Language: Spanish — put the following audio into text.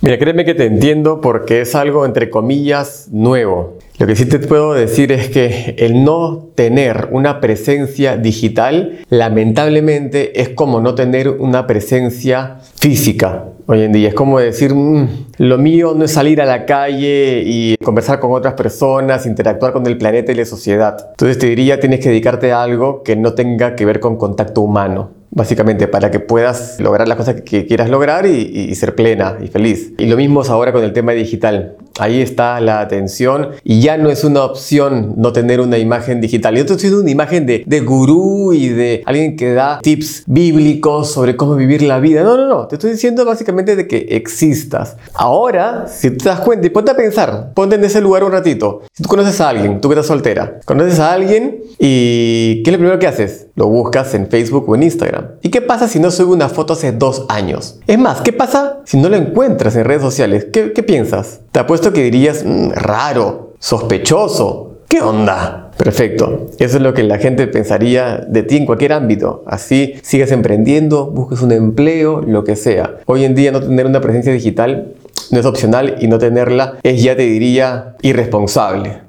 Mira, créeme que te entiendo porque es algo entre comillas nuevo. Lo que sí te puedo decir es que el no tener una presencia digital, lamentablemente, es como no tener una presencia física. Hoy en día es como decir, lo mío no es salir a la calle y conversar con otras personas, interactuar con el planeta y la sociedad. Entonces te diría, tienes que dedicarte a algo que no tenga que ver con contacto humano. Básicamente para que puedas lograr las cosas que quieras lograr y ser plena y feliz. Y lo mismo es ahora con el tema digital. Ahí está la atención y ya no es una opción no tener una imagen digital. Yo no estoy diciendo una imagen de gurú y de alguien que da tips bíblicos sobre cómo vivir la vida. No. Te estoy diciendo básicamente de que existas. Ahora, si tú te das cuenta y ponte a pensar, ponte en ese lugar un ratito. Si tú conoces a alguien, tú que estás soltera, conoces a alguien y ¿qué es lo primero que haces? Lo buscas en Facebook o en Instagram. ¿Y qué pasa si no sube una foto hace 2 años? Es más, ¿qué pasa si no la encuentras en redes sociales? ¿Qué piensas? Te apuesto que dirías, raro, sospechoso, ¿qué onda? Perfecto, eso es lo que la gente pensaría de ti en cualquier ámbito. Así sigues emprendiendo, busques un empleo, lo que sea. Hoy en día no tener una presencia digital no es opcional y no tenerla es, ya te diría, irresponsable.